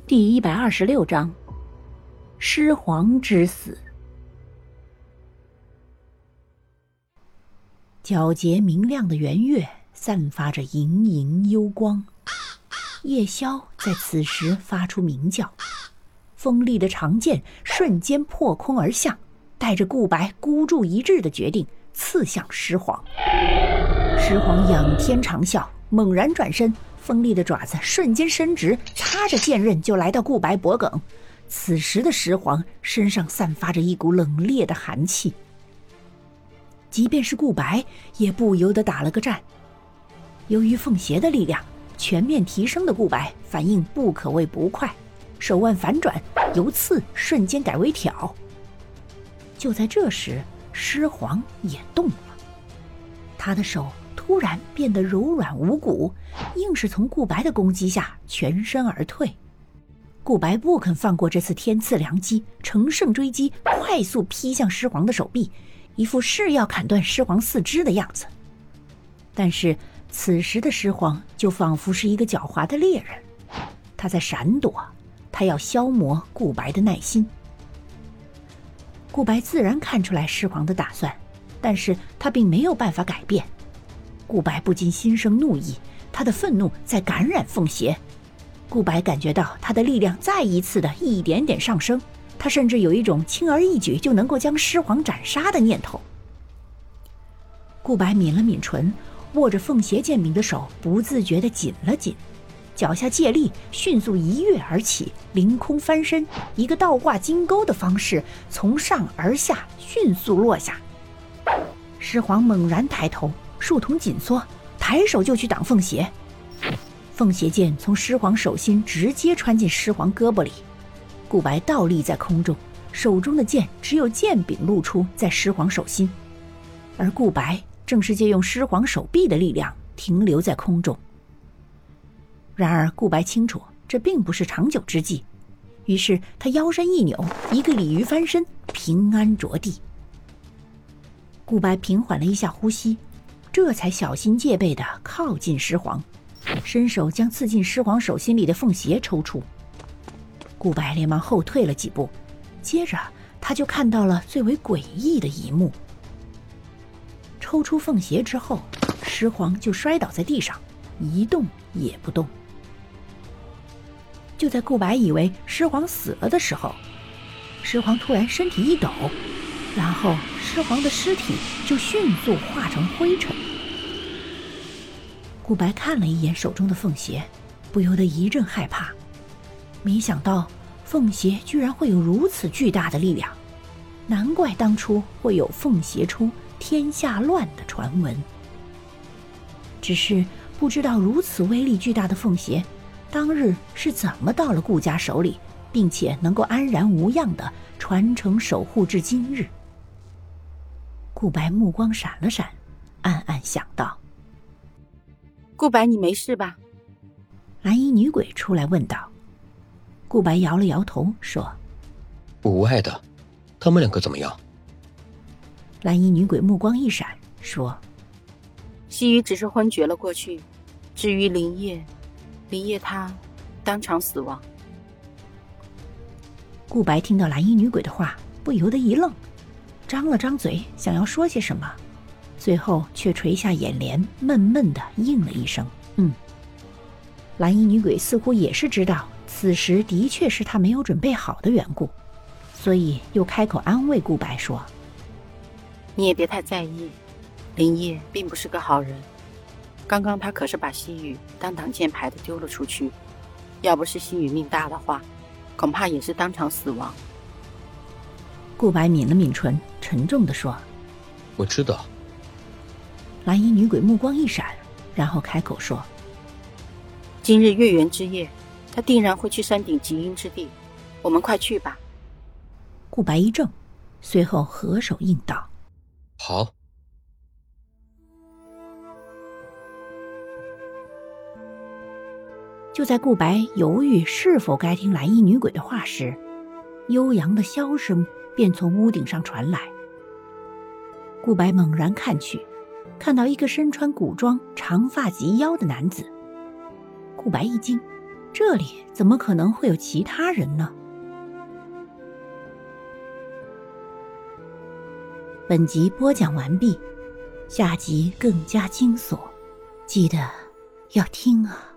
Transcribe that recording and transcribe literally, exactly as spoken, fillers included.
第一百二十六章，狮皇之死。皎洁明亮的圆月散发着盈盈幽光，夜枭在此时发出鸣叫，锋利的长剑瞬间破空而下，带着顾白孤注一掷的决定刺向狮皇。狮皇仰天长啸，猛然转身，锋利的爪子瞬间伸直，擦着剑刃就来到顾白脖颈。此时的狮皇身上散发着一股冷冽的寒气，即便是顾白也不由得打了个战。由于凤邪的力量全面提升的顾白反应不可谓不快，手腕反转，由刺瞬间改为挑。就在这时，狮皇也动了，他的手突然变得柔软无骨，硬是从顾白的攻击下全身而退。顾白不肯放过这次天赐良机，乘胜追击，快速劈向狮皇的手臂，一副誓要砍断狮皇四肢的样子。但是此时的狮皇就仿佛是一个狡猾的猎人，他在闪躲，他要消磨顾白的耐心。顾白自然看出来狮皇的打算，但是他并没有办法改变。顾白不禁心生怒意，他的愤怒在感染凤邪。顾白感觉到他的力量再一次的一点点上升，他甚至有一种轻而易举就能够将狮皇斩杀的念头。顾白抿了抿唇，握着凤邪剑柄的手不自觉地紧了紧，脚下借力迅速一跃而起，凌空翻身，一个倒挂金钩的方式从上而下迅速落下。狮皇猛然抬头，树瞳紧缩，抬手就去挡凤邪。凤邪剑从狮皇手心直接穿进狮皇胳膊里，顾白倒立在空中，手中的剑只有剑柄露出在狮皇手心，而顾白正是借用狮皇手臂的力量停留在空中。然而顾白清楚这并不是长久之计，于是他腰身一扭，一个鲤鱼翻身，平安着地。顾白平缓了一下呼吸，这才小心戒备地靠近狮皇，伸手将刺进狮皇手心里的凤邪抽出。顾白连忙后退了几步，接着他就看到了最为诡异的一幕。抽出凤邪之后，狮皇就摔倒在地上，一动也不动。就在顾白以为狮皇死了的时候，狮皇突然身体一抖，然后狮皇的尸体就迅速化成灰尘。顾白看了一眼手中的凤邪，不由得一阵害怕，没想到凤邪居然会有如此巨大的力量，难怪当初会有凤邪出天下乱的传闻。只是不知道如此威力巨大的凤邪当日是怎么到了顾家手里，并且能够安然无恙地传承守护至今日。顾白目光闪了闪，暗暗想到： 顾白，你没事吧？ 蓝衣女鬼出来问道。顾白摇了摇头说： 无碍的，他们两个怎么样？ 蓝衣女鬼目光一闪说： 西域只是昏厥了过去，至于林叶，林叶他当场死亡。 顾白听到蓝衣女鬼的话，不由得一愣，张了张嘴想要说些什么，最后却垂下眼帘，闷闷地应了一声嗯。蓝衣女鬼似乎也是知道此时的确是她没有准备好的缘故，所以又开口安慰顾白说： 你也别太在意，林叶并不是个好人，刚刚他可是把西域当挡箭牌的丢了出去，要不是西域命大的话，恐怕也是当场死亡。 顾白抿了抿唇，沉重地说： 我知道。 蓝衣女鬼目光一闪，然后开口说： 今日月圆之夜，他定然会去山顶极阴之地，我们快去吧。 顾白一怔，随后合手应道： 好。 就在顾白犹豫是否该听蓝衣女鬼的话时，悠扬的箫声便从屋顶上传来。顾白猛然看去，看到一个身穿古装长发及腰的男子。顾白一惊， 这里怎么可能会有其他人呢？本集播讲完毕，下集更加惊悚，记得要听啊。